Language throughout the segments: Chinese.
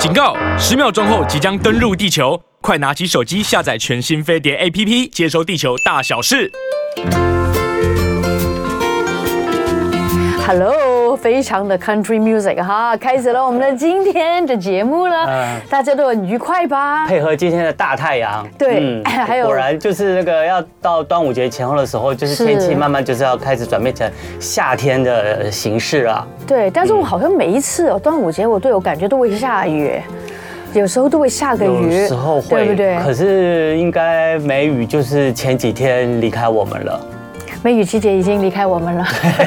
警告！10秒钟后即将登陆地球，快拿起手机下载全新飞碟 APP， 接收地球大小事。 Hello， 非常的 Country Music 哈，开始了我们的今天的节目了，大家都很愉快吧？ 配合今天的大太阳， 对，还有果然就是那个要到端午节前后的时候，就是天气慢慢就是要开始转变成夏天的形式了。 对，但是我好像每一次端午节我都有感觉都会下雨。有时候都会下个雨， 有时候会， 对不对？ 可是应该梅雨就是前几天离开我们了。 梅雨季节已经离开我们了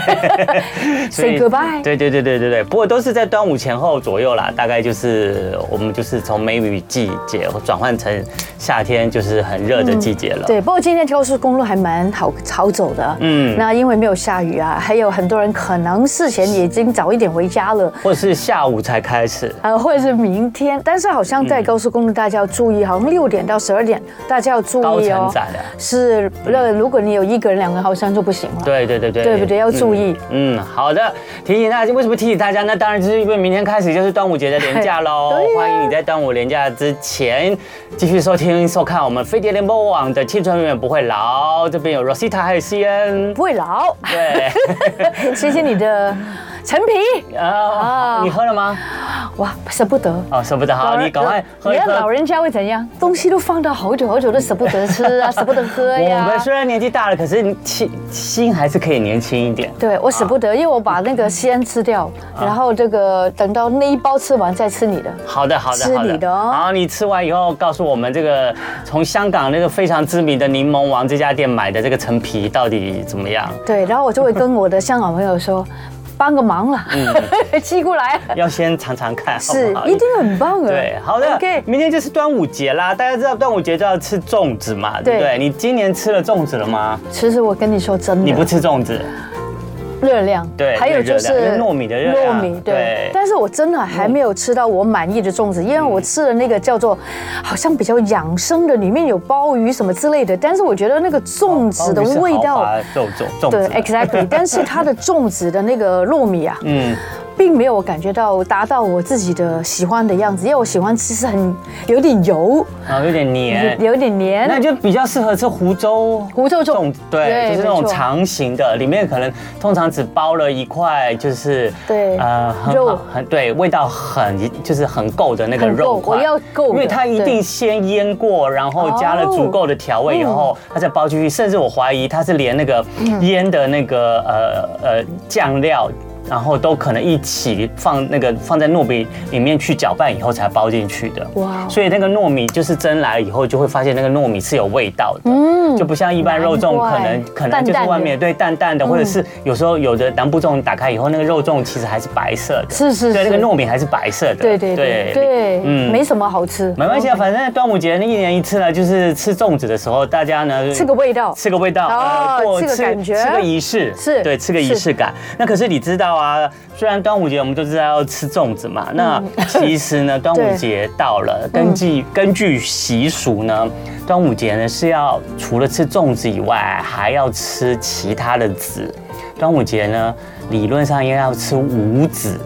，Say goodbye。 对，不过都是在端午前后左右啦，大概就是我们就是从梅雨季节转换成夏天，就是很热的季节了。 对，不过今天高速公路还蛮好走的，那因为没有下雨啊，还有很多人可能事前已经早一点回家了， 或者是下午才开始， 或者是明天，但是好像在高速公路大家要注意，好像6点到12点大家要注意哦。 高承载的， 是，如果你有1个人、2个人好像就不行了。 对， 对不对？要注意。 好的。提醒大家，为什么提醒大家？那当然就是因为明天开始就是端午节的连假喽。欢迎你在端午连假之前继续收听收看我们飞碟联播网的《青春永远不会老》。这边有 Rosita 还有 CN， 不会老。 对， 谢谢你的陈皮啊，你喝了吗？ 哇，舍不得哦，舍不得，好，你赶快喝一喝。 你的老人家会怎样？东西都放到好久都舍不得吃啊，舍不得喝呀。 我们虽然年纪大了，可是心还是可以年轻一点。 对，我舍不得，因为我把那个先吃掉，然后这个等到那一包吃完再吃你的。 好的， 吃你的哦。 好，你吃完以后告诉我们这个从香港那个非常知名的柠檬王这家店买的这个陈皮到底怎么样？ 对，然后我就会跟我的香港朋友说。帮个忙了，寄过来， 要先尝尝看， 是一定很棒的。 对，好的，明天就是端午节啦，大家知道端午节就要吃粽子嘛，对不对？你今年吃了粽子了吗？ 其实我跟你说真的， 你不吃粽子。 热量， 对， 还有就是糯米的热量， 糯米，对。但是我真的还没有吃到我满意的粽子，因为我吃了那个叫做好像比较养生的，里面有鲍鱼什么之类的，但是我觉得那个粽子的味道，对 ，exactly， 但是它的粽子的那个糯米啊，并没有感觉到达到我自己的喜欢的样子，因为我喜欢吃是有点油， 有点黏， 有点黏， 那就比较适合吃湖州粽，对，就是那种长形的，里面可能通常只包了一块，就是对肉对，味道就是很够的那个肉块， 我要够， 因为它一定先腌过，然后加了足够的调味以后，它再包进去，甚至我怀疑它是连那个腌的那个酱料。然后都可能一起放在糯米里面去搅拌以后才包进去的。哇！所以那个糯米就是蒸来了以后，就会发现那个糯米是有味道的。就不像一般肉粽可能就是外面对淡淡的，或者是有时候有的南部粽打开以后，那个肉粽其实还是白色的。 是。 对，那个糯米还是白色的。 对，没什么好吃。 没关系啊，反正端午节那1年1次呢，就是吃粽子的时候，大家呢吃个味道， 吃个感觉，吃个仪式，对，吃个仪式感。那可是你知道。虽然端午节我们都知道要吃粽子嘛，那其实呢，端午节到了，根据习俗呢，端午节呢是要除了吃粽子以外，还要吃其他的子。端午节呢，理论上应该要吃5子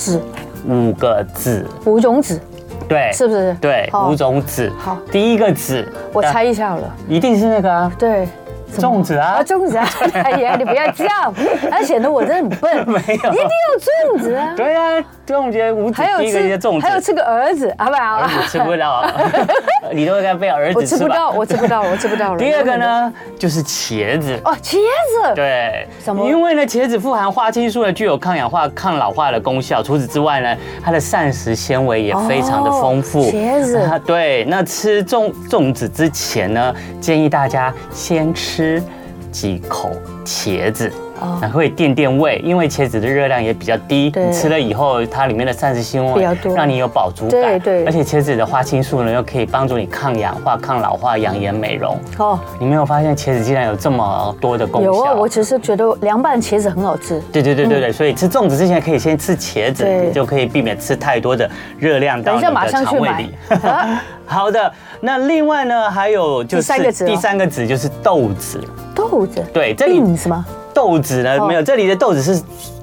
，5个子 ，5种子。 对， 是不是？ 对，5种子。好，第一个子， 我猜一下了， 一定是那个啊。 对。 粽子啊， 粽子啊！哎呀，你不要这样，它显得我真的很笨。 没有， 一定要粽子啊！ 对啊，端午节5子，第一个就是粽子， 还有吃个儿子，好不好？ 儿子吃不到，你都应该被儿子吃吧？ 我吃不到了。 第2个呢，就是茄子。 哦，茄子。 对， 什么？ 因为呢，茄子富含花青素呢，具有抗氧化、抗老化的功效。除此之外呢，它的膳食纤维也非常的丰富。 茄子。 对，那吃粽子之前呢，建议大家先吃几口茄子，然后会垫胃，因为茄子的热量也比较低，你吃了以后，它里面的膳食纤维让你有饱足感，对，而且茄子的花青素呢又可以帮助你抗氧化、抗老化、养颜美容。你没有发现茄子竟然有这么多的功效？ 有啊，我只是觉得凉拌茄子很好吃。 对，所以吃粽子之前可以先吃茄子，你就可以避免吃太多的热量到你的肠胃里。好的，那另外呢，还有就是第3个子就是豆子。 豆子？ 对，这里是吗？ 豆子呢没有，这里的豆子是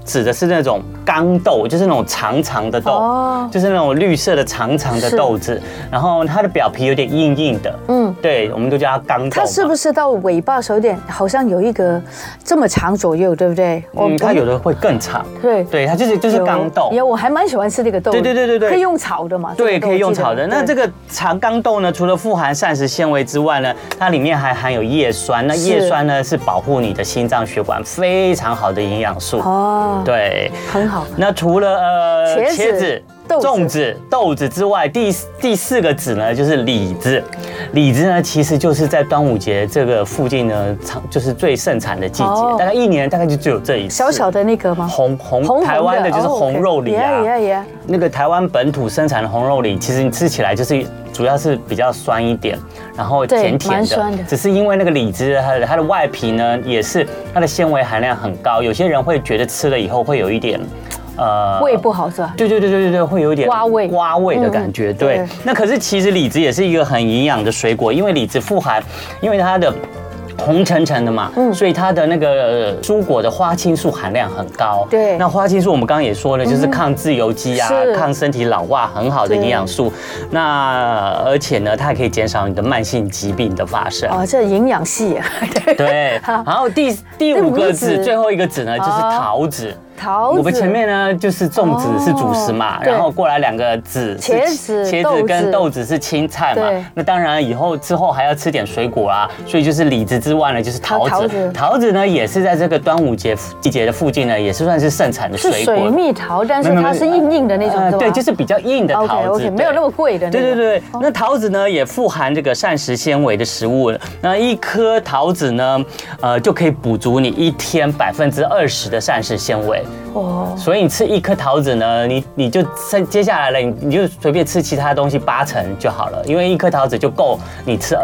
指的是那种罡豆，就是那种长长的豆，就是那种绿色的长长的豆子，然后它的表皮有点硬硬的，对，我们都叫它罡豆。 它是不是到尾巴时候有点好像有一个这么长左右，对不对？ 它有的会更长，对，它就是罡豆。 我还蛮喜欢吃这个豆，对，可以用炒的嘛？ 对，可以用炒的。那这个长罡豆呢，除了富含膳食纤维之外呢，它里面还含有叶酸。那叶酸呢是保护你的心脏血管非常好的营养素哦，对， 很好。 那除了茄子、粽子、豆子之外，第4个子呢就是李子。李子呢其实就是在端午节这个附近呢，就是最盛产的季节，大概1年大概就只有这一次。 小小的那个吗？ 红台湾的就是红肉李啊，那个台湾本土生产的红肉李，其实你吃起来就是主要是比较酸一点，然后甜甜的，只是因为那个李子它的外皮呢也是它的纤维含量很高，有些人会觉得吃了以后会有一点。 胃不好是吧？ 对，会有一点刮胃的感觉。对，那可是其实李子也是一个很营养的水果，因为李子富含，因为它的红橙橙的嘛，所以它的那个蔬果的花青素含量很高。 对， 那花青素我们刚刚也说了，就是抗自由基啊，抗身体老化很好的营养素。那而且呢，它还可以减少你的慢性疾病的发生。 这营养系啊。 对，然后第5个子，最后一个子呢就是桃子。我们前面呢就是粽子是主食嘛，然后过来2个子， 茄子跟豆子是青菜嘛。那当然之后还要吃点水果啦，所以就是李子之外呢，就是桃子。桃子呢也是在这个端午节季节的附近呢，也是算是盛产的水果。 是水蜜桃，但是它是硬的那种， 对，就是比较硬的桃子， 没有那么贵的。 对。那桃子呢也富含这个膳食纤维的食物，那1颗桃子呢，就可以补足你1天20%的膳食纤维。所以你吃1颗桃子呢，你就接下来了，你就随便吃其他东西8成就好了，因为1颗桃子就够你吃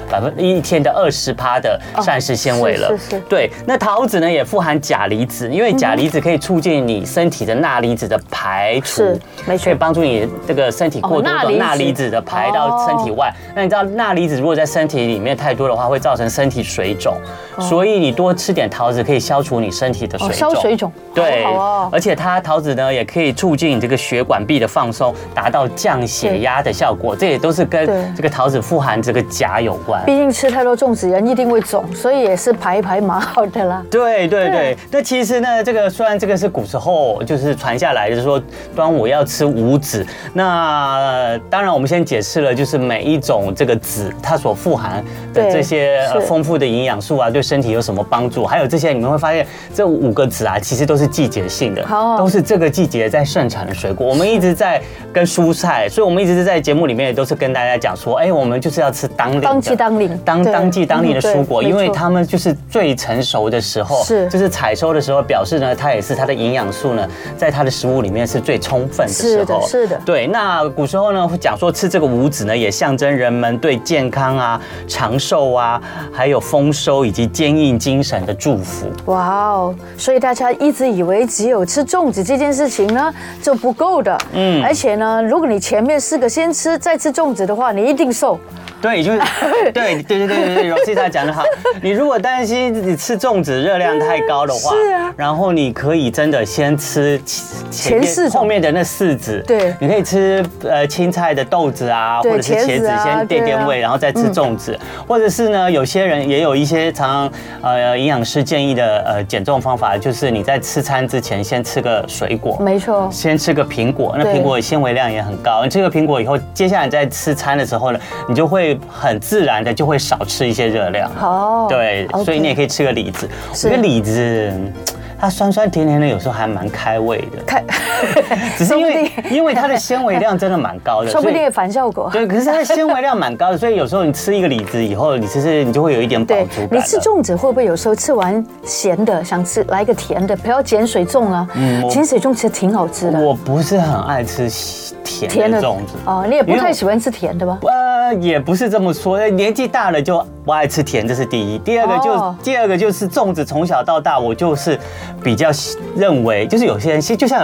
1天的20%的膳食纤维了。 是。 对，那桃子呢也富含钾离子，因为钾离子可以促进你身体的钠离子的排除， 没错， 可以帮助你这个身体过多的钠离子的排到身体外。那你知道钠离子如果在身体里面太多的话，会造成身体水肿，所以你多吃点桃子可以消除你身体的水肿。 消水肿， 对。而且桃子呢也可以促进你这个血管壁的放松，达到降血压的效果，这也都是跟这个桃子富含这个钾有关。 毕竟吃太多粽子人一定会肿，所以也是排蛮好的啦。 对。那其实呢，这个虽然这个是古时候就是传下来，就是说端午要吃5子。那当然我们先解释了，就是每一种这个子它所富含的这些丰富的营养素啊，对身体有什么帮助？还有这些你们会发现这5个子啊，其实都是季节性的。都是这个季节在盛产的水果。我们一直在跟蔬菜，所以我们一直在节目里面也都是跟大家讲说，我们就是要吃当季当令的蔬果，因为它们就是最成熟的时候，就是采收的时候，表示呢，它也是它的营养素呢，在它的食物里面是最充分的时候。 是的。 对，那古时候呢会讲说吃这个5子呢，也象征人们对健康啊、长寿啊，还有丰收以及坚硬精神的祝福。 哇哦！所以大家一直以为只有吃粽子这件事情呢就不够的，而且呢，如果你前面4个先吃，再吃粽子的话，你一定瘦。 对，就是对，Rosita 讲得好。你如果担心你吃粽子热量太高的话， 是啊， 然后你可以真的先吃前4种后面的那4子， 对， 你可以吃青菜的豆子啊，或者是茄子先垫胃，然后再吃粽子，或者是呢，有些人也有一些常营养师建议的减重方法，就是你在吃餐之前先吃个水果， 没错， 先吃个苹果，那苹果的纤维量也很高，你吃个苹果以后，接下来在吃餐的时候呢，你就会很自然的就会少吃一些热量。对，所以你也可以吃个李子，因为李子它酸酸甜甜的，有时候还蛮开胃的。只是因为它的纤维量真的蛮高的， 说不定有反效果。 对，可是它的纤维量蛮高的，所以有时候你吃一个李子以后，你就会有一点饱足感。 你吃粽子会不会有时候吃完咸的，想吃来个甜的？不要碱水粽啊，碱水粽其实挺好吃的。 我不是很爱吃甜的粽子哦，你也不太喜欢吃甜的吧？ 也不是这么说，年纪大了就不爱吃甜，这是第一。第二个就是粽子从小到大我就是比较认为，就是有些人就像有人说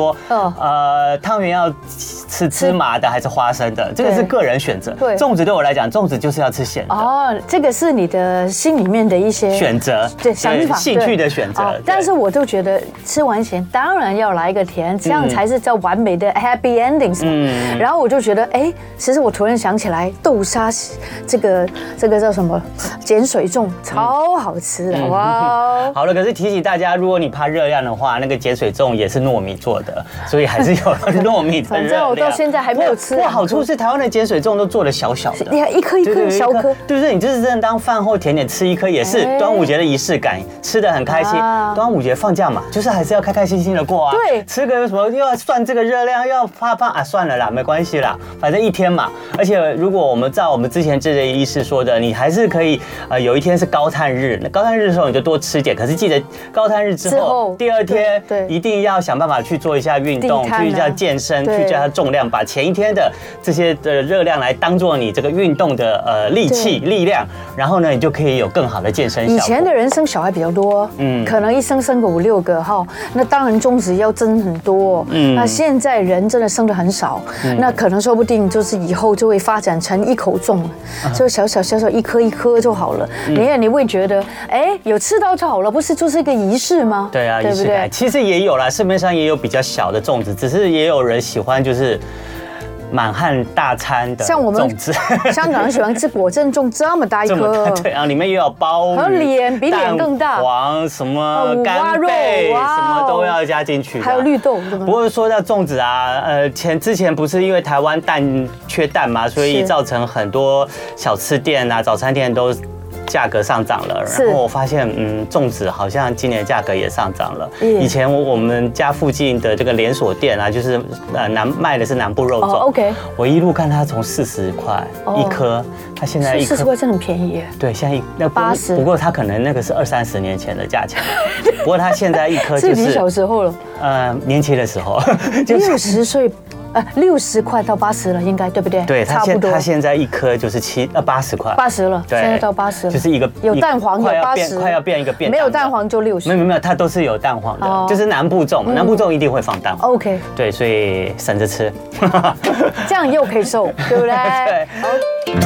说，汤圆要吃芝麻的还是花生的，这个是个人选择。 对， 粽子对我来讲，粽子就是要吃咸的。 哦，这个是你的心里面的一些选择， 对想法、 兴趣的选择。 但是我就觉得吃完咸，当然要来一个甜，这样才是叫完美的 happy ending。然后我就觉得，哎，其实我突然想起来，豆沙这个叫什么碱水粽，超好吃，好不好？ 好了，可是提醒大家，如果你怕热量的话，那个碱水粽也是糯米做的，所以还是有糯米的热量。 反正我到现在还没有吃。 不过好处是台湾的碱水粽都做的小小的， 你看一颗一颗小颗， 对不对？你就是真的当饭后甜点吃一颗，也是端午节的仪式感，吃的很开心。端午节放假嘛，就是还是要开开心心的过啊。 对， 吃个什么又要算这个热量，又要怕啊，算了啦，没关系啦，反正一天嘛。而且如果我们照我们之前这个医师说的，你还是可以有一天是高碳日，那高碳日的时候你就多吃点，可是记得高碳日之后第二天一定要想办法去做一下运动，去一下健身，去加重量，把前一天的这些的热量来当做你这个运动的力量，然后呢你就可以有更好的健身效果。 以前的人生小孩比较多，可能一生个5、6个哈，那当然粽子要蒸很多，那现在人真的生的很少，那可能说不定就是以后就会发展成一口粽，就小一颗一颗就好了。你会觉得，哎，有吃到就好了，不是就是一个仪式吗？ 对啊，仪式感其实也有啦，市面上也有比较小的粽子，只是也有人喜欢就是满汉大餐的粽子， 香港人喜欢吃果珍粽，这么大一颗， 对啊，里面也有鲍鱼， 还有脸比脸更大， 蛋黄什么干贝，什么都要加进去， 还有绿豆。 不过说到粽子啊，之前不是因为台湾缺蛋嘛，所以造成很多小吃店啊、早餐店都价格上涨了，然后我发现，粽子好像今年价格也上涨了。以前我们家附近的这个连锁店啊，就是卖的是南部肉粽。 OK， 我一路看它从40块一颗，它现在 40块真的很便宜耶。 对，现在那 80。 不过它可能那个是20-30年前的价钱，不过它现在一颗就是你小时候了。 年轻的时候 ，60岁。60块到80了，应该对不对？ 对，差不多。它现在一颗就是80块 ，80了，现在到80了， 就是一个有蛋黄有80， 快要变一个便当， 没有蛋黄就60。 没有，它都是有蛋黄的，就是南部粽，南部粽一定会放蛋黄。 OK， 对，所以省着吃， 这样又可以瘦，对不对？对。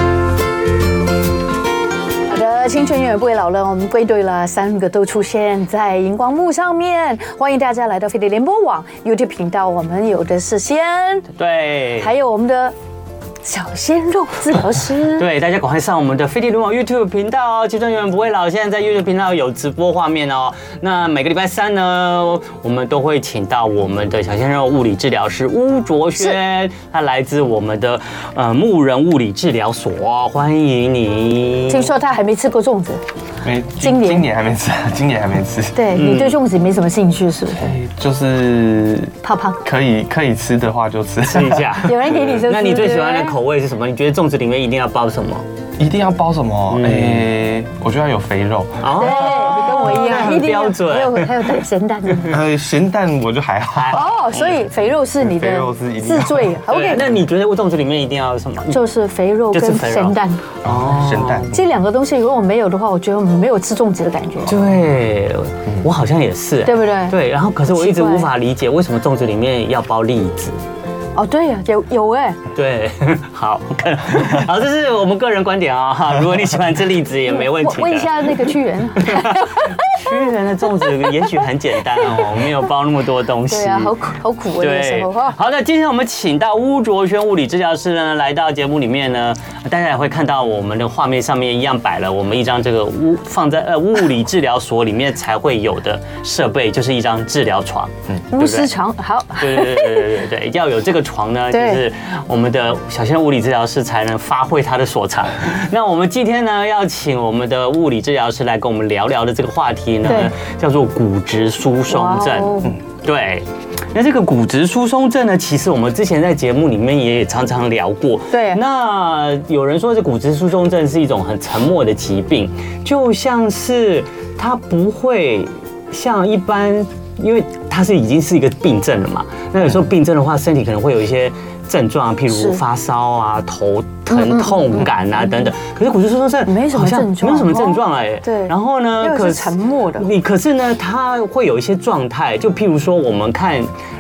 青春永远不会老了，我们归队了，3个都出现在荧光幕上面，欢迎大家来到飞碟联播网 YouTube 频道，我们有的是鲜， 对， 还有我们的小鲜肉治疗师， 对，大家赶快上我们的飞碟联播网 YouTube 频道哦，青春永远不会老，现在在 YouTube 频道有直播画面哦。那每个礼拜3呢，我们都会请到我们的小鲜肉物理治疗师巫卓轩，他来自我们的牧人物理治疗所，欢迎你。 听说他还没吃过粽子， 今年还没吃，今年还没吃。 对，你对粽子没什么兴趣是不是？ 就是怕胖， 可以吃的话就吃一下。 有人给你吃， 那你最喜欢的口味是什么？你觉得粽子里面一定要包什么？ 一定要包什么？我觉得要有肥肉。 对，跟我一样， 很标准。 还有咸蛋。 咸蛋我就还好。 所以肥肉是你的自醉。 OK， 那你觉得粽子里面一定要有什么？ 就是肥肉跟咸蛋。 咸蛋。 这2个东西如果没有的话，我觉得我们没有吃粽子的感觉。 对，我好像也是， 对不对？ 对，然后可是我一直无法理解为什么粽子里面要包栗子。 对呀，有哎。 对，好，这是我们个人观点啊。如果你喜欢吃栗子也没问题。 问一下那个屈原。 屈原的粽子也许很简单哦，没有包那么多东西。 对啊，好苦的时候。 好的，今天我们请到巫卓轩物理治疗师呢来到节目里面呢，大家也会看到我们的画面上面一样摆了我们一张这个放在物理治疗所里面才会有的设备，就是一张治疗床。 巫师床，好。 对，要有这个床呢，就是我们的小鲜肉物理治疗师才能发挥他的所长。那我们今天呢，要请我们的物理治疗师来跟我们聊聊的这个话题呢，叫做骨质疏松症。对，那这个骨质疏松症呢，其实我们之前在节目里面也常常聊过。 对， 那有人说这骨质疏松症是一种很沉默的疾病，就像是它不会像一般。因为它已经是一个病症了嘛，那有时候病症的话，身体可能会有一些症状，譬如发烧啊、头疼痛感啊等等。可是骨质疏松症没什么症状， 没有什么症状哎。 对。 然后呢， 可是沉默的。 可是呢，它会有一些状态，就譬如说我们看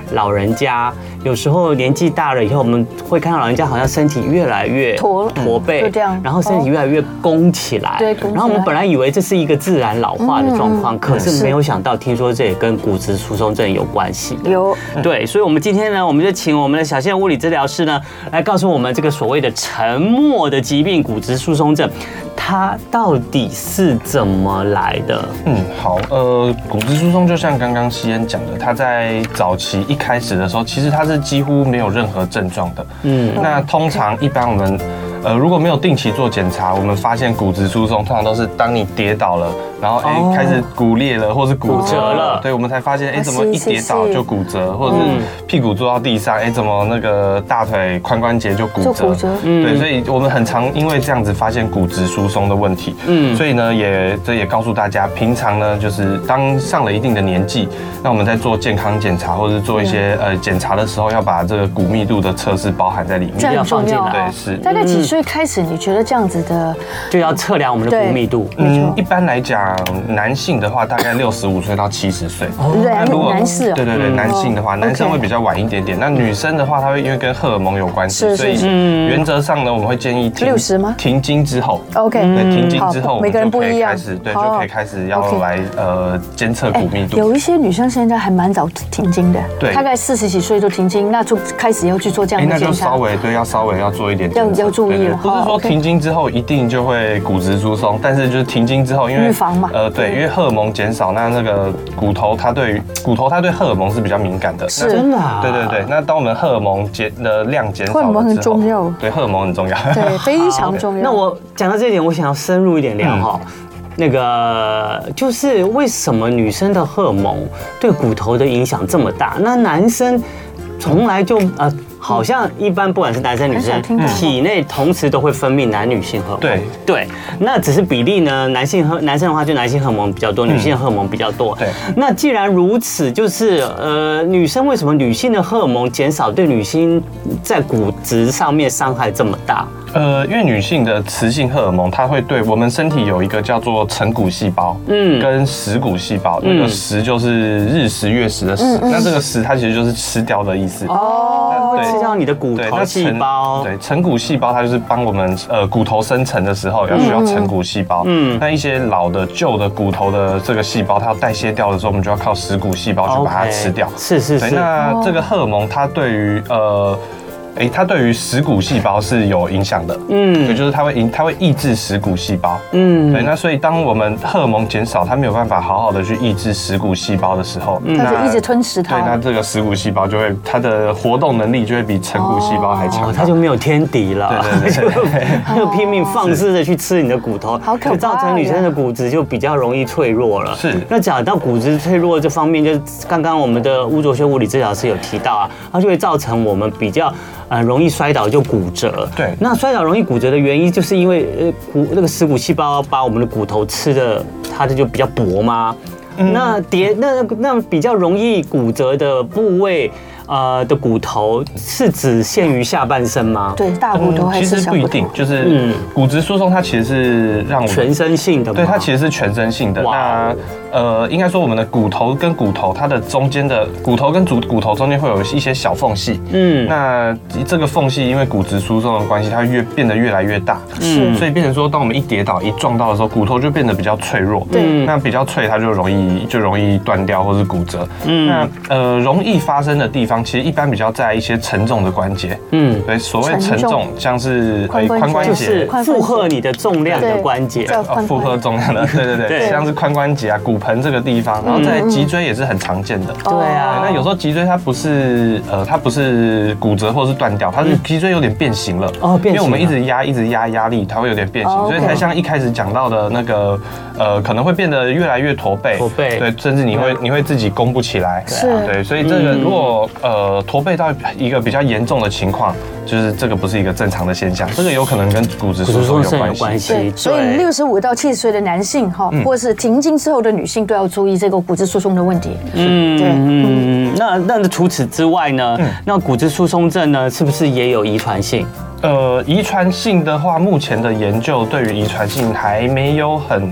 老人家，有时候年纪大了以后，我们会看到老人家好像身体越来越驼背， 就这样， 然后身体越来越弓起来。 对， 然后我们本来以为这是一个自然老化的状况，可是没有想到，听说这也跟骨质疏松症有关系。 有， 对，所以我们今天呢，我们就请我们的小谢物理治疗师呢，来告诉我们这个所谓的沉默的疾病——骨质疏松症，它到底是怎么来的？ 好，骨质疏松就像刚刚希恩讲的，它在早期一开始的时候，其实它是几乎没有任何症状的。那通常一般我们如果没有定期做检查，我们发现骨质疏松，通常都是当你跌倒了，然后开始骨裂了，或是骨折了，对，我们才发现怎么一跌倒就骨折，或者是屁股坐到地上，怎么那个大腿髋关节就骨折，对，所以我们很常因为这样子发现骨质疏松的问题，所以呢这也告诉大家，平常呢就是当上了一定的年纪，那我们在做健康检查或者是做一些检查的时候，要把这个骨密度的测试包含在里面， 这样重要。 对，是。 大概几岁开始？你觉得这样子的就要测量我们的骨密度？ 一般来讲，男性的话大概65岁到70岁。 男士。 对，男性的话，男生会比较晚一点点。那女生的话，它会因为跟荷尔蒙有关系，所以原则上呢，我们会建议 60吗？ 停经之后。 OK。 对，停经之后， 每个人不一样。 对，就可以开始要来监测骨密度。 有一些女生现在还蛮早停经的， 对， 大概40几岁就停经，那就开始要去做这样的检查。 那就稍微要做一点检测， 要注意了。 不是说停经之后一定就会骨质疏松，但是就是停经之后，因为预防嘛， 对，因为荷尔蒙减少，那个骨头它对荷尔蒙是比较敏感的， 是真的啊。 对，那当我们荷尔蒙的量减少了之后， 荷尔蒙很重要， 对，荷尔蒙很重要， 对，非常重要。 那我讲到这一点，我想要深入一点聊哈。那个就是为什么女生的荷尔蒙对骨头的影响这么大？那男生从来就好像一般不管是男生女生，体内同时都会分泌男女性荷尔蒙。对，那只是比例呢，男生的话就男性荷尔蒙比较多，女性的荷尔蒙比较多。 对， 那既然如此，就是女生为什么女性的荷尔蒙减少，对女性在骨质上面伤害这么大？ 因为女性的雌性荷尔蒙，它会对我们身体有一个叫做成骨细胞，跟食骨细胞。那个食就是日食月食的食，那这个食它其实就是吃掉的意思。 会吃掉你的骨头细胞。 对，成骨细胞它就是帮我们骨头生成的时候需要成骨细胞。那一些老的旧的骨头的这个细胞，它要代谢掉的时候，我们就要靠食骨细胞去把它吃掉。 是。 对，那这个荷尔蒙它对于它对于食骨细胞是有影响的，对，就是它会抑制食骨细胞，对，那所以当我们荷尔蒙减少，它没有办法好好的去抑制食骨细胞的时候， 它就一直吞噬它， 对，那这个食骨细胞就会它的活动能力就会比成骨细胞还强， 它就没有天敌了， 对， 就拼命放肆的去吃你的骨头， 好可怕， 就造成女生的骨质就比较容易脆弱了。 是， 那讲到骨质脆弱这方面，就是刚刚我们的巫卓轩物理治疗师有提到啊，它就会造成我们比较容易摔倒就骨折。 对， 那摔倒容易骨折的原因，就是因为那个食骨细胞把我们的骨头吃的，它就比较薄吗？那比较容易骨折的部位。的骨头是只限于下半身吗？ 对，大骨头还是小骨头？ 其实不一定，就是骨质疏松它其实是让我们全身性的， 对，它其实是全身性的。那应该说我们的骨头跟骨头它的中间的骨头跟骨头中间会有一些小缝隙，那这个缝隙因为骨质疏松的关系，它会变得越来越大，所以变成说当我们一跌倒一撞到的时候，骨头就变得比较脆弱，对，那比较脆它就容易断掉或是骨折，那容易发生的地方。其实一般比较在一些沉重的关节，对，所谓沉重像是髋关节， 就是负荷你的重量的关节， 负荷重量的，对，像是髋关节啊、骨盆这个地方，然后在脊椎也是很常见的， 对啊。 那有时候脊椎它不是骨折或是断掉，它是脊椎有点变形了，因为我们一直压压力，它会有点变形，所以才像一开始讲到的那个可能会变得越来越驼背，对，甚至你会自己弓不起来，对，所以这个如果驼背到一个比较严重的情况，就是这个不是一个正常的现象，这个有可能跟骨质疏松有关系。 对，所以65到70岁的男性或者是停经之后的女性都要注意这个骨质疏松的问题。 那除此之外呢？那骨质疏松症呢，是不是也有遗传性？ 遗传性的话，目前的研究对于遗传性还没有很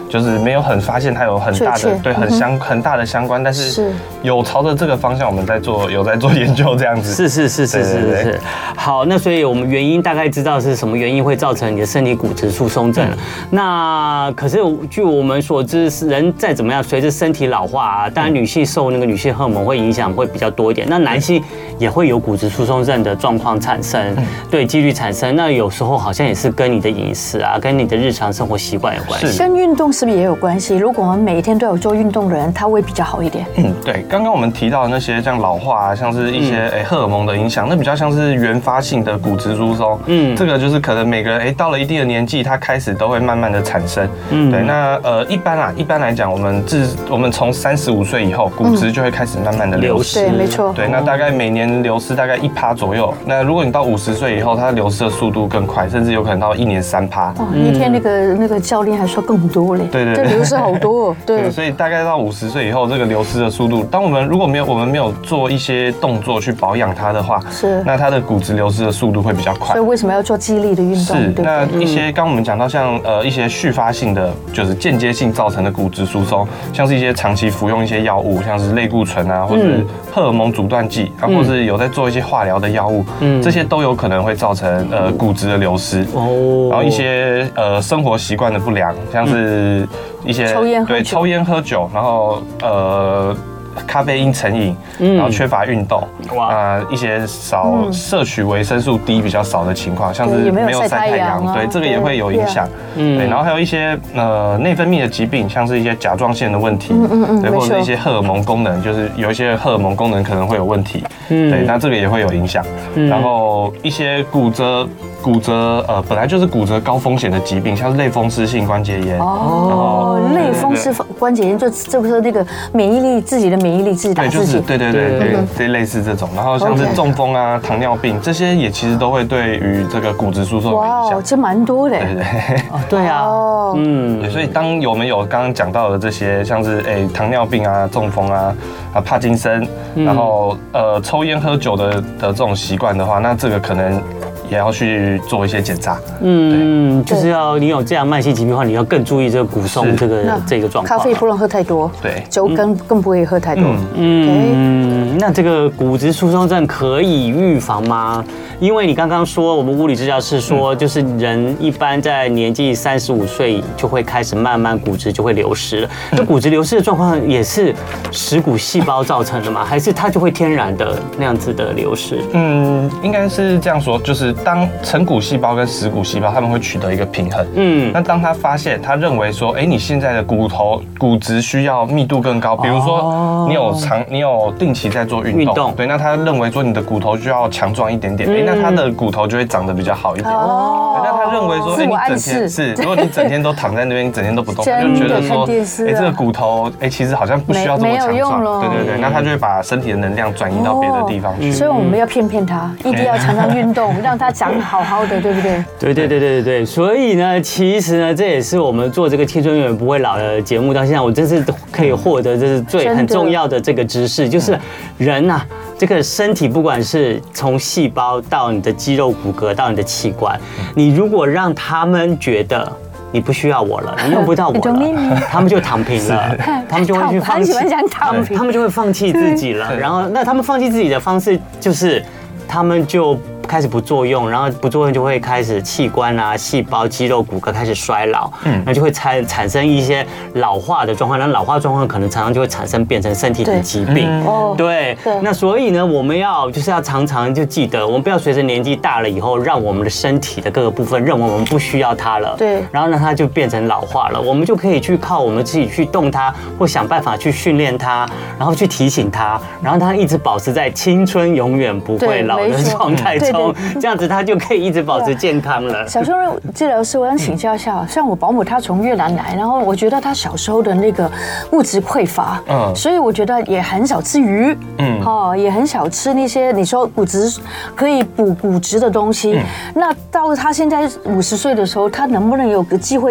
就是没有很发现它有很大的很大的相关，但是有朝着这个方向我们有在做研究这样子。 是。好，那所以我们原因大概知道是什么原因会造成你的身体骨质疏松症了。那可是据我们所知，人再怎么样，随着身体老化啊，当然女性受那个女性荷尔蒙会影响会比较多一点，那男性也会有骨质疏松症的状况产生，对，几率产生。那有时候好像也是跟你的饮食啊，跟你的日常生活习惯有关系。 跟运动是不是也有关系？如果我们每天都有做运动的人，他会比较好一点。 对，刚刚我们提到的那些像老化啊，像是一些荷尔蒙的影响，那比较像是原发性的骨质疏松。这个就是可能每个人到了一定的年纪，它开始都会慢慢的产生。对，那一般来讲，我们从35岁以后，骨质就会开始慢慢的流失。 对，没错。 对，那大概每年流失大概1%左右。那如果你到50岁以后，它流失的速度更快，甚至有可能到1年3%。 那天那个教练还说更多嘞。 对， 这流失好多。对， 所以大概到50岁以后，这个流失的速度，当我们如果没有做一些动作去保养它的话，那它的骨质流失的速度会比较快。 所以为什么要做肌力的运动？ 是，那一些刚我们讲到像一些续发性的，就是间接性造成的骨质疏松，像是一些长期服用一些药物，像是类固醇啊，或者荷尔蒙阻断剂啊，或是有在做一些化疗的药物，这些都有可能会造成骨质的流失。然后一些生活习惯的不良，像是一些抽烟喝酒，然后咖啡因成瘾，然后缺乏运动，一些摄取维生素 D 比较少的情况，像是没有晒太阳，对，这个也会有影响。对，然后还有一些内分泌的疾病，像是一些甲状腺的问题，对，或者是一些荷尔蒙功能，就是有一些荷尔蒙功能可能会有问题，对，那这个也会有影响。然后一些骨折本来就是骨折高风险的疾病，像是类风湿性关节炎。 类风湿关节炎就是那个自己的免疫力自己打自己。 对，类似这种。然后像是中风啊、糖尿病这些也其实都会对于这个骨质疏松有影响。 这蛮多的。 对啊。 所以当我们有刚刚讲到的这些，像是糖尿病啊、中风啊、帕金森，然后抽烟喝酒的这种习惯的话，那这个可能也要去做一些检查。 就是你有这样慢性疾病的话，你要更注意这个骨松这个状况。 咖啡不能喝太多， 对， 酒更不会喝太多。 那这个骨质疏松症可以预防吗？因为你刚刚说，我们物理治疗师说，就是人一般在年纪35岁就会开始慢慢骨质就会流失了。那骨质流失的状况也是蚀骨细胞造成的吗？还是它就会天然的那样子的流失？ 应该是这样说，就是当成骨细胞跟蚀骨细胞他们会取得一个平衡。那当他认为说，你现在的骨质需要密度更高，比如说你有定期在做运动，对，那他认为说你的骨头就要强壮一点点，那他的骨头就会长得比较好一点。那他认为说，如果你整天都躺在那边，你整天都不动，他就觉得说，这个骨头，其实好像不需要这么强壮。对，那他就会把身体的能量转移到别的地方去。 所以我们要骗他，一定要常常运动，让他长好好的，对不对？ 对。所以呢，其实呢，这也是我们做这个青春永远不会老的节目到现在，我真是可以获得这是很重要的这个知识，就是人啊。这个身体不管是从细胞到你的肌肉骨骼到你的器官，你如果让他们觉得你不需要我了，你用不到我了，他们就躺平了，他们就会去放弃，他们就会放弃自己了。然后，那他们放弃自己的方式就是他们就开始不作用，然后不作用就会开始器官啊、细胞、肌肉、骨骼开始衰老，那就会产生一些老化的状况。那老化状况可能常常就会变成身体的疾病。对，那所以呢，我们要常常就记得，我们不要随着年纪大了以后，让我们的身体的各个部分认为我们不需要它了， 对， 然后呢，它就变成老化了。我们就可以去靠我们自己去动它，或想办法去训练它，然后去提醒它，然后它一直保持在青春永远不会老的状态中。这样子他就可以一直保持健康了。 小胸肉治疗师，我想请教一下，像我保姆她从越南来，然后我觉得她小时候的那个物质匮乏，所以我觉得也很少吃鱼，也很少吃那些你说骨质可以补骨质的东西。那到她现在50岁的时候，她能不能有个机会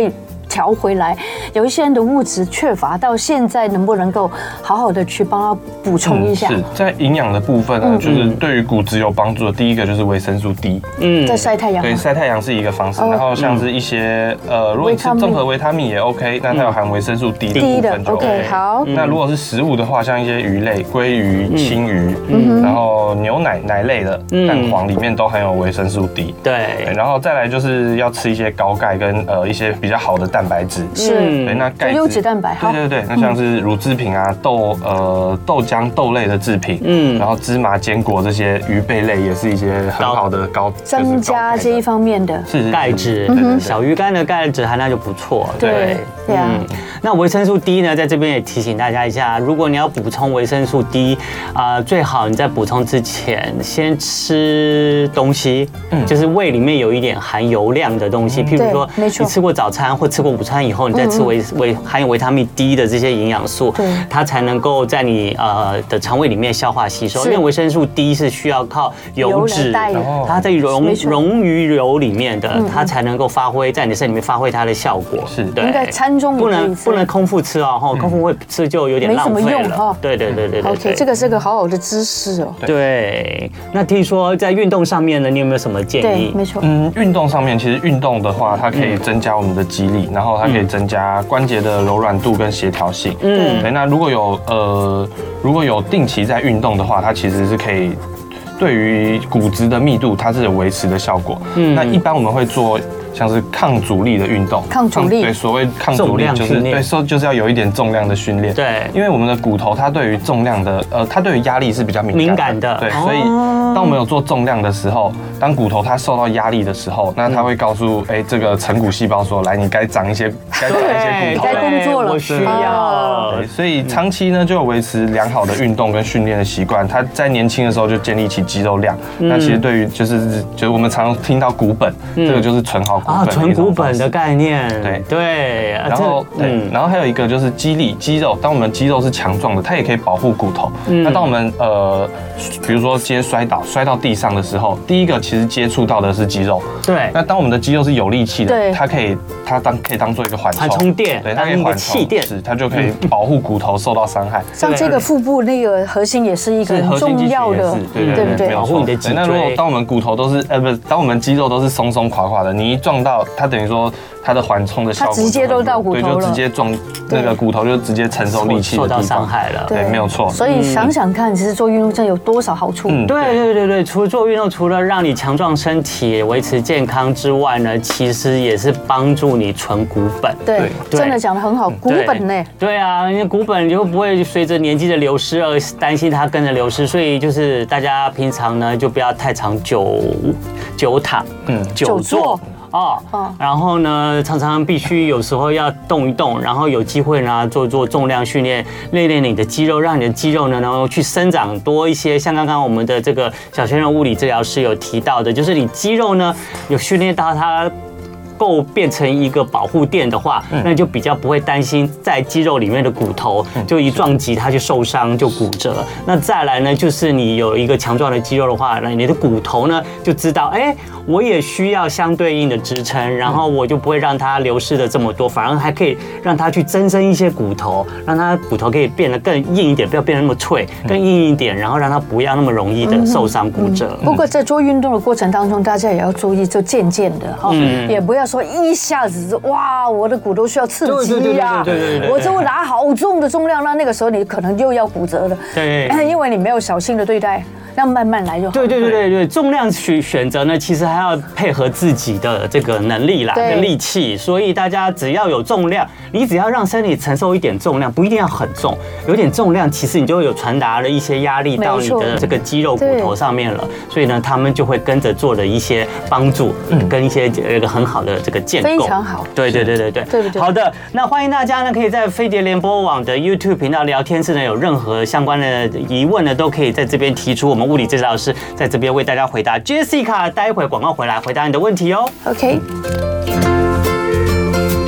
调回来。有一些人的物质缺乏，到现在能不能够好好的去帮他补充一下？ 是在营养的部分呢，就是对于骨质有帮助的，第一个就是维生素 D。 在晒太阳。 对，晒太阳是一个方式。然后像是一些如果你吃综合维他命也 OK， 那它有含维生素 D 的部分就 OK。 好。 那如果是食物的话，像一些鱼类，鲑鱼、青鱼，然后牛奶奶类的蛋黄里面都含有维生素 D。 对。 然后再来就是要吃一些高钙跟一些比较好的蛋白质。 是。 对，那钙优质蛋白。 对。那像是乳制品啊、豆浆、豆类的制品，然后芝麻、坚果这些鱼贝类也是一些很好的增加这一方面的钙质。小鱼干的钙质含量就不错。 对啊。 那维生素 D 呢，在这边也提醒大家一下，如果你要补充维生素 D，最好你在补充之前先吃东西，就是胃里面有一点含油量的东西，譬如说你吃过早餐或吃过午餐以后，你再吃含有维他命 D 的这些营养素，它才能够在你的肠胃里面消化吸收。因为维生素 D 是需要靠油脂，它在溶于油里面的，它才能够在你的身体里面发挥它的效果。 是， 对，应该餐中不能空腹吃哦，空腹会吃就有点浪费了。对。 OK， 这个是个好好的知识哦。 对，那听说在运动上面呢，你有没有什么建议？ 对，没错。 运动上面其实运动的话，它可以增加我们的肌力，然后它可以增加关节的柔软度跟协调性。对，那如果有定期在运动的话，它其实是可以对于骨质的密度它是有维持的效果。那一般我们会做像是抗阻力的运动，对，所谓抗阻力就是要有一点重量的训练。 对， 因为我们的骨头它对于重量的它对于压力是比较敏感的。对，所以当我们有做重量的时候，当骨头它受到压力的时候，那它会告诉这个成骨细胞说，来，你该长一些骨头， 该工作了， 我需要。 对，所以长期呢就维持良好的运动跟训练的习惯，它在年轻的时候就建立起肌肉量。那其实对于就是我们常听到骨本，这个就是存好。 纯骨本的概念，对， 然后还有一个就是肌肉，当我们肌肉是强壮的，它也可以保护骨头。那当我们比如说今天摔到地上的时候，第一个其实接触到的是肌肉。 对。 那当我们的肌肉是有力气的，它可以当做一个缓冲垫， 对，它可以缓冲，是它就可以保护骨头受到伤害。 像这个腹部那个核心也是一个很重要的，对不对？ 保护你的脊椎。 那如果当我们骨头都是当我们肌肉都是松松垮垮的，你一撞到它，等于说它的缓冲的效果， 它直接都到骨头了， 对，就直接撞那个骨头，就直接承受力气受到伤害了， 对，没有错。 所以想想看，其实做运动真的有多少好处？ 对，除了做运动，除了让你强壮身体、维持健康之外呢，其实也是帮助你存骨本。 对，真的讲得很好，骨本呢？ 对啊，因为骨本就不会随着年纪的流失而担心它跟着流失，所以就是大家平常呢就不要太常久躺，久坐。然后呢，常常必须有时候要动一动，然后有机会呢做重量训练，练你的肌肉，让你的肌肉呢能够去生长多一些。像刚刚我们的这个小鲜肉物理治疗师有提到的，就是你肌肉呢有训练到它够变成一个保护垫的话，那就比较不会担心在肌肉里面的骨头就一撞击它就受伤就骨折。那再来呢，就是你有一个强壮的肌肉的话，那你的骨头呢就知道，我也需要相对应的支撑，然后我就不会让它流失的这么多，反而还可以让它去增生一些骨头，让它骨头可以变得更硬一点，不要变得那么脆，更硬一点，然后让它不要那么容易的受伤骨折。 不过在做运动的过程当中，大家也要注意，就渐渐的也不要说一下子哇，我的骨头需要刺激呀，我就拿好重的重量，那个时候你可能又要骨折了，对，因为你没有小心的对待。那慢慢来就好。 对，重量选择呢，其实还要配合自己的这个能力啦，跟力气。所以大家只要有重量，你只要让身体承受一点重量，不一定要很重，有点重量，其实你就有传达了一些压力到你的这个肌肉骨头上面了。所以呢，他们就会跟着做了一些帮助，跟一些一个很好的这个建构， 非常好。 对。好的，那欢迎大家呢，可以在飞碟联播网的 YouTube 频道聊天室呢，有任何相关的疑问呢，都可以在这边提出，我们物理治疗师在这边为大家回答。Jessica， 待会广告回来回答你的问题哦。 OK。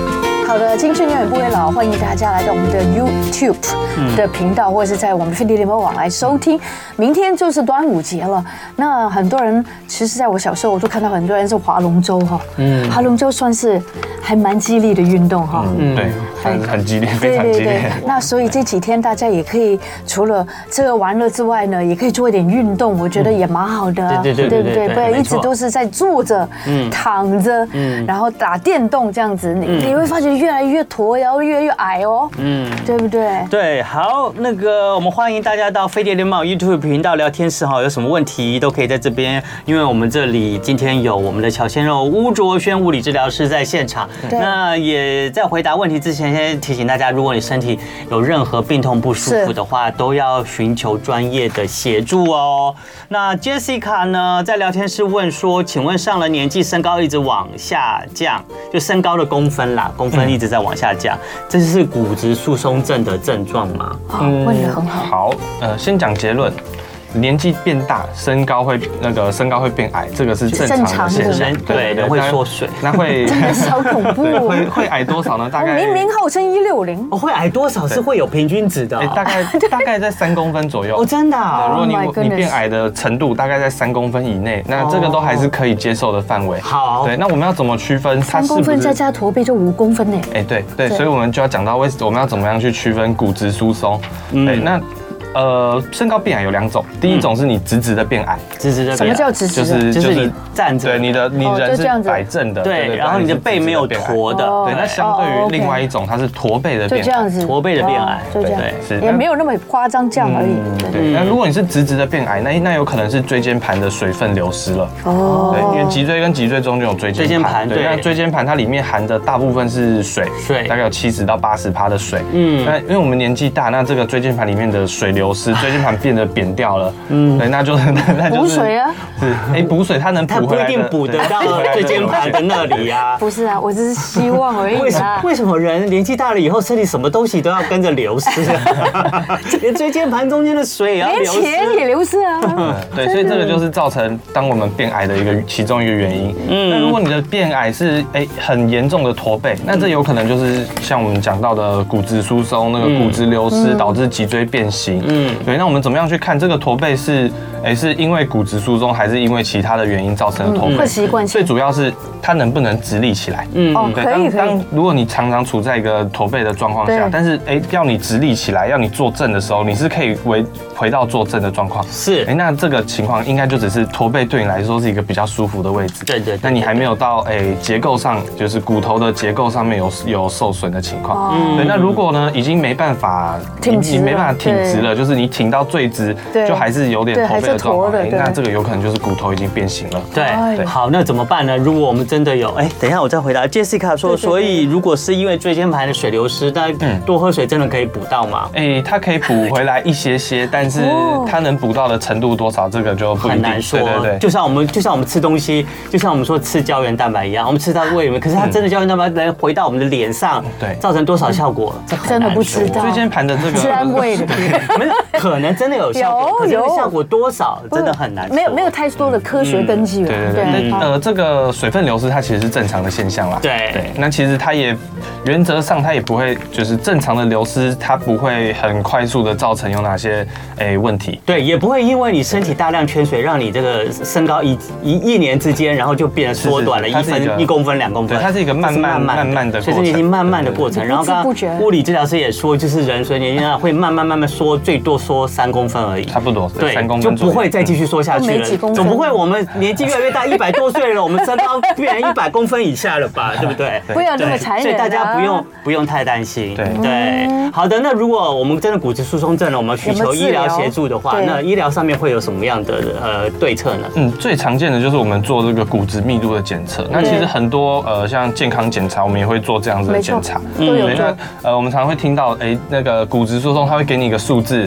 好的，青春永远不会老，欢迎大家来到我们的 YouTube 的频道，或者是在我们的飞碟联盟网来收听。明天就是端午节了，那很多人其实在我小时候，我都看到很多人是划龙舟哈，划龙舟算是还蛮激励的运动哈， 对，很激烈，非常激烈。 那所以这几天大家也可以除了这个玩乐之外呢，也可以做一点运动，我觉得也蛮好的，对不对？不然一直都是在坐着、躺着，然后打电动这样子，你会发觉越来越驼腰，越来越矮哦，对不对？ 对，好，那个我们欢迎大家到飞碟联盟 YouTube 频道聊天室哈，有什么问题都可以在这边，因为我们这里今天有我们的乔鲜肉巫卓轩物理治疗师在现场。那也在回答问题之前，先提醒大家，如果你身体有任何病痛不舒服的话，都要寻求专业的协助哦。那 Jessica 呢，在聊天室问说，请问上了年纪，身高一直往下降，就身高的公分啦，公分一直在往下降，这是骨质疏松症的症状吗？ 问得很好。 好，先讲结论。年纪变大，身高会变矮，这个是正常的现象。 对，人会缩水， 那会真的是好恐怖哦。 会矮多少呢？大概明明号称160， 会矮多少是会有平均值的， 大概在3公分左右。 哦，真的。 如果你变矮的程度大概在3公分以内，那这个都还是可以接受的范围。 好， 对，那我们要怎么区分它 3公分再加驼背就5公分呢？ 对，所以我们就要讲到我们要怎么样去区分骨质疏松。那身高变矮有2种，第一种是你直直的变矮， 什么叫直直的？ 就是你站着， 对，你人是摆正的， 对，然后你的背没有驼的， 对。那相对于另外一种，它是驼背的变矮， 就这样子， 驼背的变矮， 就这样， 是也没有那么夸张，这样而已。 对，那如果你是直直的变矮，那有可能是椎间盘的水分流失了。哦，对，因为脊椎跟脊椎中间有椎间盘，对，那椎间盘它里面含的大部分是水，大概有70到80%的水。那因为我们年纪大，那这个椎间盘里面的水流失，椎间盘变得扁掉了，对，那就是补水啊， 是，补水它能补回来， 它不一定补得到椎间盘的那里啊。 不是啊，我只是希望而已啊。 为什么人年纪大了以后，身体什么东西都要跟着流失啊？连椎间盘中间的水也要流失， 连钱也流失啊。 对，所以这个就是造成当我们变矮的其中一个原因。那如果你的变矮是很严重的驼背，那这有可能就是像我们讲到的骨质疏松，那个骨质流失导致脊椎变形。对，那我们怎么样去看这个驼背是因为骨质疏松，还是因为其他的原因造成的驼背？ 习惯性。 最主要是它能不能直立起来。 可以。 如果你常常处在一个驼背的状况下，但是要你直立起来，要你坐正的时候，你是可以回到坐正的状况。 是。 那这个情况应该就只是驼背对你来说是一个比较舒服的位置。 对。 那你还没有到结构上，就是骨头的结构上面有受损的情况。对。那如果呢已经没办法挺直了，就是你挺到最直，就还是有点驼背的状况。那这个有可能就是骨头已经变形了。 对。好，那怎么办呢？如果我们真的有等一下我再回答 Jessica 说，所以如果是因为椎间盘的水流失，那多喝水真的可以补到吗？ 它可以补回来一些，但是它能补到的程度多少，这个就不一定， 很难说。 对， 就像我们吃东西，就像我们说吃胶原蛋白一样，我们吃到胃里面，可是它真的胶原蛋白能回到我们的脸上，对，造成多少效果， 真的不知道。 椎间盘的这个是安慰的， 可能真的有效果，可是效果多少真的很难说， 没有太多的科学根据。 对，这个水分流失它其实是正常的现象啦。对，那其实它也原则上它也不会就是正常的流失，它不会很快速的造成有哪些问题。 对，也不会因为你身体大量缺水，让你这个身高一年之间，然后就变得缩短了1公分2公分。 对，它是一个慢慢的过程， 所以是年轻慢慢的过程。然后刚刚物理治疗师也说，就是人随年纪大会慢慢缩，最多缩3公分而已， 差不多对 3公分就不会再继续缩下去了。总不会我们年纪越来越大，100多岁了，我们身高变成100公分以下了吧？对不对？ 不要这么残忍， 所以大家不用太担心。对，好的。那如果我们真的骨质疏松症了，我们寻求医疗协助的话，那医疗上面会有什么样的对策呢？ 最常见的就是我们做这个骨质密度的检测。那其实很多像健康检查，我们也会做这样子的检查。 都有做。 我们常常会听到那个骨质疏松，它会给你一个数字，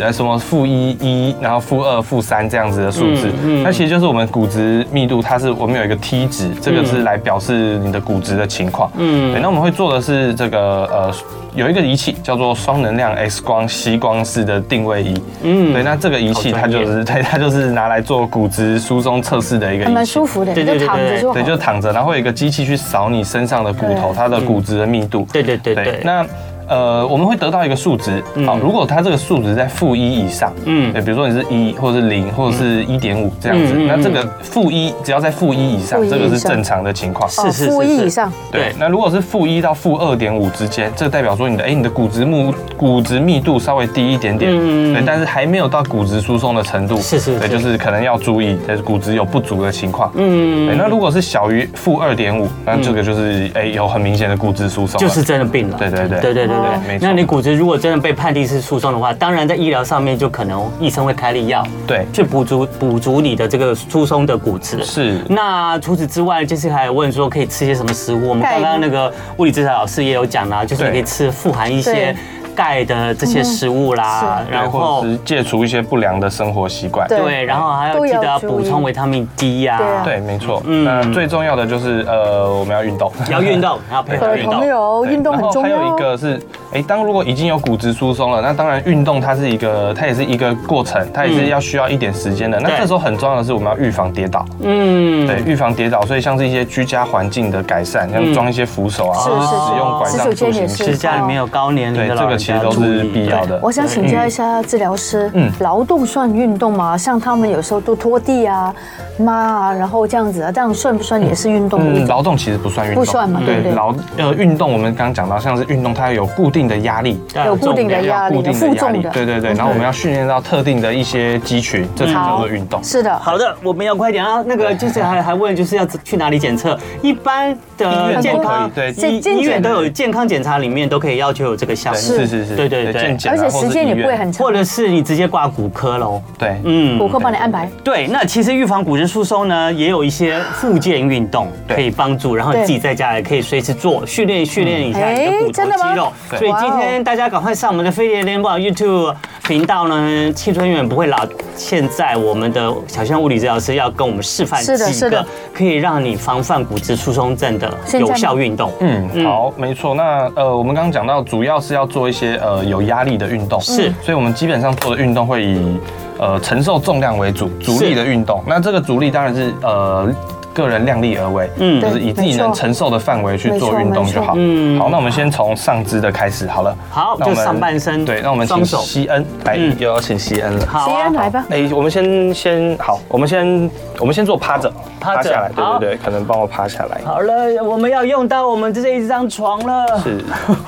什么-1、然后-2、-3这样子的数字，那其实就是我们骨质密度，我们有一个 T 值，这个是来表示你的骨质的情况。对，那我们会做的是这个有一个仪器叫做双能量 X 光吸光式的定位仪。对，那这个仪器它就是拿来做骨质疏松测试的一个仪器， 蛮舒服的，就躺着就好。 对，就躺着，然后有一个机器去扫你身上的骨头，它的骨质的密度。对，那我们会得到一个数值，好，如果它这个数值在-1以上，对，比如说你是1或者是0或者是1.5这样子，那这个-1只要在-1以上，这个是正常的情况。 是-1以上。 对，那如果是-1到-2.5之间，这代表说你的骨质密度稍微低一点点，对，但是还没有到骨质疏松的程度，对，就是可能要注意，骨质有不足的情况。对，那如果是小于-2.5，那这个就是有很明显的骨质疏松， 就是真的病了。对。那你骨质如果真的被判定是疏松的话，当然在医疗上面就可能医生会开立药， 对， 去补足你的这个疏松的骨质。 是。 那除此之外，就是还有问说可以吃些什么食物？我们刚刚那个物理治疗老师也有讲啦，就是你可以吃富含一些钙的这些食物啦，然后戒除一些不良的生活习惯。 对，然后还要记得要补充维他命 D 呀。 对，没错。那最重要的就是我们要运动， 要配合运动。 运动很重要。 还有一个是，当如果已经有骨质疏松了，那当然运动它也是一个过程，它也是要需要一点时间的。那这时候很重要的是我们要预防跌倒。对，预防跌倒，所以像是一些居家环境的改善，像装一些扶手啊，或者是使用拐杖助行器。 其实家里面有高年龄的老人家， 其实都是必要的。 我想请教一下治疗师，劳动算运动吗？像他们有时候都拖地啊、抹啊，然后这样子啊，这样算不算也是运动？ 劳动其实不算运动， 不算嘛，对不对？ 运动我们刚刚讲到，像是运动它有固定的压力， 有固定的压力，负重的， 对。然后我们要训练到特定的一些肌群，这才叫做运动。 是的。 好的，我们要快点啊！那个就是还问就是要去哪里检测？一般的健康医院都有健康检查，里面都可以要求有这个项目。 是，对， 而且时间也不会很长， 或者是你直接挂骨科喽。 对， 骨科帮你安排。 对，那其实预防骨质疏松呢，也有一些附件运动可以帮助，然后你自己在家也可以随时做训练一下你的骨头肌肉。所以今天大家赶快上我们的飞碟联播 YouTube 频道呢，青春永远不会老。现在我们的小象物理治疗师要跟我们示范几个可以让你防范骨质疏松症的有效运动。 好，没错。那我们刚刚讲到，主要是要做一些有压力的运动， 是， 所以我们基本上做的运动会以承受重量为主，阻力的运动。那这个阻力当然是个人量力而为，就是以自己能承受的范围去做运动就好。好，那我们先从上肢的开始好了。 好，就上半身。 对，那我们请西恩来，又要请西恩了。 好，西恩来吧。 我们先好，我们先做趴着，趴下来，对，可能帮我趴下来。 好了，我们要用到我们这一张床了。 是。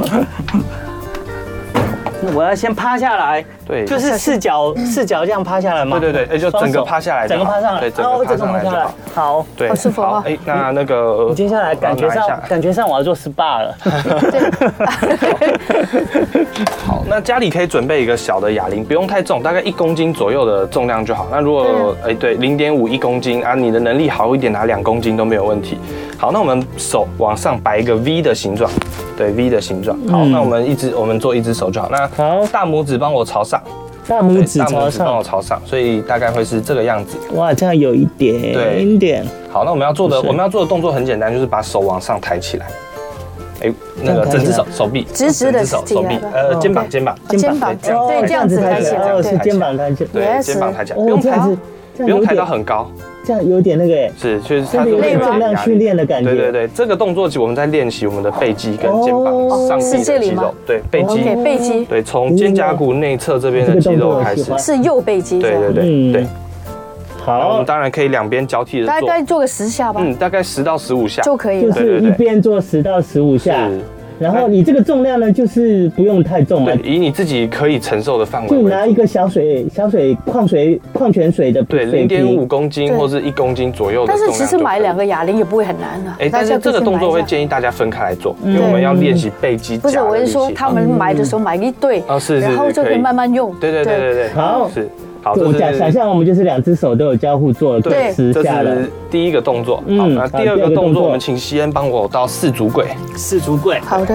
我要先趴下来， 对， 就是四脚这样趴下来吗？ 对，就整个趴下来， 整个趴上来， 对，整个趴上来就好。 好， 对， 好舒服啊。 那个， 你接下来感觉上我要做 SPA 了。 好，那家里可以准备一个小的哑铃，不用太重，大概1公斤左右的重量就好。那如果对0.5、1公斤啊，你的能力好一点，拿2公斤都没有问题。好，那我们手往上摆一个 V 的形状，对 V 的形状。好，那我们做一只手就好。那好，大拇指帮我朝上， 大拇指帮我朝上，所以大概会是这个样子。 哇，这样有一点。 好，那我们要做的动作很简单，就是把手往上抬起来。那个整只手臂， 直的手臂，肩膀， 对，这样子抬起来， 是肩膀抬起来， 对，肩膀抬起来，不用抬到很高。 这样有点那个是，就是它有点重量训练的感觉。 对，这个动作我们在练习我们的背肌跟肩膀上臂的肌肉。对，背肌。对，从肩胛骨内侧这边的肌肉开始。 是右背肌。 对。好，我们当然可以两边交替的做， 大概做个10下吧。 大概10到15下就可以了。 就是一边做10到15下。然后你这个重量呢，就是不用太重了， 以你自己可以承受的范围。 就拿一个小矿泉水的， 对，0.5公斤或是1公斤左右的重量。 但是其实买2个哑铃也不会很难啊。 但是这个动作会建议大家分开来做，因为我们要练习背肌。 不是，我是说他们买的时候买一对，然后就可以慢慢用。 对， 好是。好， 我想象我们就是2只手都有交互做10下了。 这是第一个动作。好，那第二个动作，我们请西恩帮我到4足跪。 4足跪。 好的。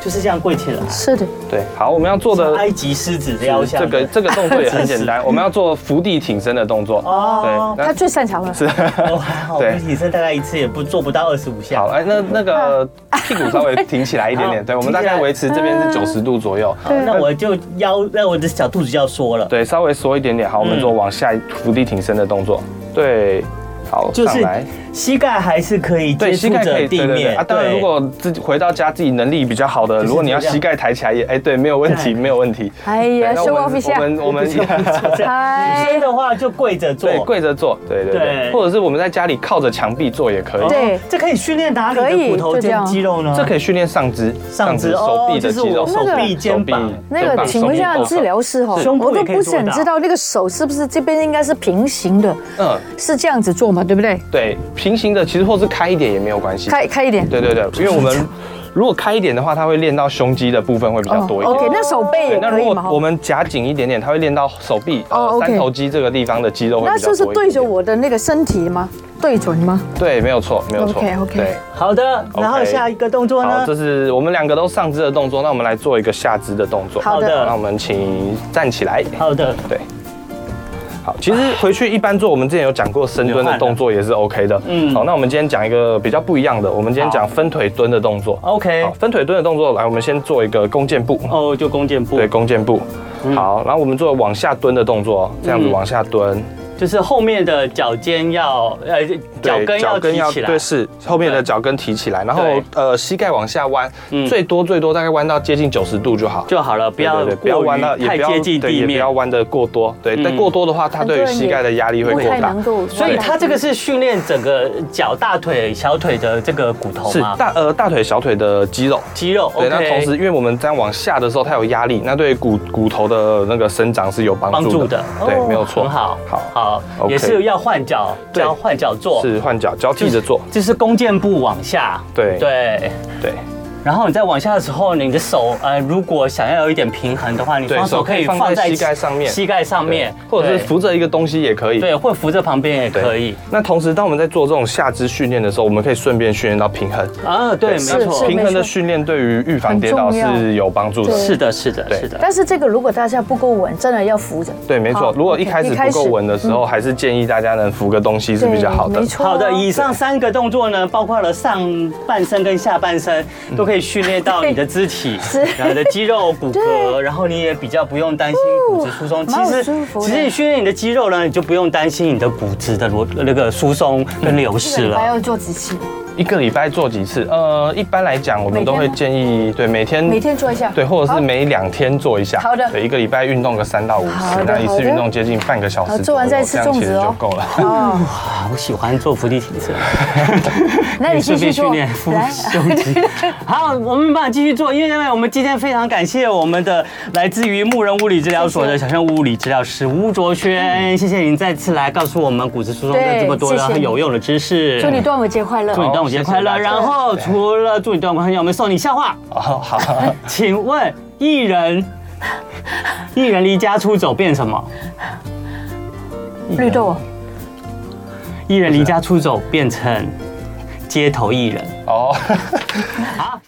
就是这样跪起来。 是的， 对，好，我们要做的埃及狮子的雕像。 这个动作也很简单，我们要做伏地挺身的动作。 哦， 他最擅长了。 是， 还好，伏地挺身大概一次也做不到25下。 好，那个屁股稍微挺起来一点点，对，我们大概维持这边是90度左右。 那我就那我的小肚子就要缩了。 对，稍微缩一点点。好，我们做往下伏地挺身的动作。对，好，上来。 膝盖还是可以接触着地面啊。当然，如果自己回到家自己能力比较好的，如果你要膝盖抬起来也对，没有问题，没有问题。 哎呀，show off一下。 我们女生的话就跪着做， 对，跪着做，对，或者是我们在家里靠着墙壁做也可以。 对， 这可以训练哪里的骨头跟肌肉呢？ 这可以训练上肢、手臂的肌肉， 手臂、肩膀。 那个，请问一下治疗师哈，我都不是很知道那个手是不是这边应该是平行的？是这样子做嘛，对不对？ 对，平行的其实或是开一点也没有关系， 开一点。 对，因为我们如果开一点的话，它会练到胸肌的部分会比较多一点。 OK， 那手背也可以吗？ 那如果我们夹紧一点点，它会练到手臂、三头肌这个地方的肌肉会比较多一点。 那就是对着我的那个身体吗？对准吗？ 对，没有错。 OK。 对， 好的。然后下一个动作呢？ 好，这是我们2个都上肢的动作，那我们来做一个下肢的动作。 好的。 那我们请站起来。 好的。 对。好，其实回去一般做，我们之前有讲过深蹲的动作也是 OK 的。好，那我们今天讲一个比较不一样的，我们今天讲分腿蹲的动作。 OK。 好，分腿蹲的动作，来，我们先做一个弓箭步。 哦，就弓箭步。 对，弓箭步。好，然后我们做往下蹲的动作，这样子往下蹲。 就是后面的脚尖要脚跟要提起来， 对，是后面的脚跟提起来，然后膝盖往下弯，最多大概弯到接近90度就好了， 不要弯到太接近地面， 也不要弯得过多，对，但过多的话，它对于膝盖的压力会过大， 所以它这个是训练整个脚、大腿、小腿的这个骨头吗？ 是大腿、小腿的肌肉，对，那同时因为我们这样往下的时候，它有压力，那对骨头的那个生长是有帮助的，对，没有错， 很好， 好。 也是要换脚，要换脚做， 是换脚交替着做， 就是弓箭步往下， 对。 然后你在往下的时候，你的手如果想要有一点平衡的话，你双手可以放在膝盖上面， 或者是扶着一个东西也可以， 对，或扶着旁边也可以。 那同时，当我们在做这种下肢训练的时候，我们可以顺便训练到平衡啊，对，没错， 平衡的训练对于预防跌倒是有帮助的， 是的。 但是这个如果大家不够稳，真的要扶着。 对，没错。如果一开始不够稳的时候，还是建议大家能扶个东西是比较好的。 没错。 好的，以上3个动作呢，包括了上半身跟下半身，都可以训练到你的肢体，然后你的肌肉骨骼，然后你也比较不用担心骨质疏松。其实你训练你的肌肉呢，你就不用担心你的骨质的那个疏松跟流失了。 还要做几次 ？1个礼拜做几次？一般来讲，我们都会建议对每天做一下， 对，或者是每2天做一下。 好的， 对，1个礼拜运动个3到5次，那一次运动接近半个小时， 做完再吃粽子就够了。 哇，我喜欢做伏地挺身。 那你继续训练胸肌。好，我们把继续做，因为我们今天非常感谢我们的来自于牧人物理治疗所的小象物理治疗师吴卓轩，谢谢您再次来告诉我们骨质疏松的这么多的有用的知识。 祝你端午节快乐！ 祝你端午节快乐！然后除了祝你端午快乐，我们送你笑话。 好， 请问艺人离家出走变什么？ 绿豆。 艺人离家出走变成街头艺人。 哦， 好。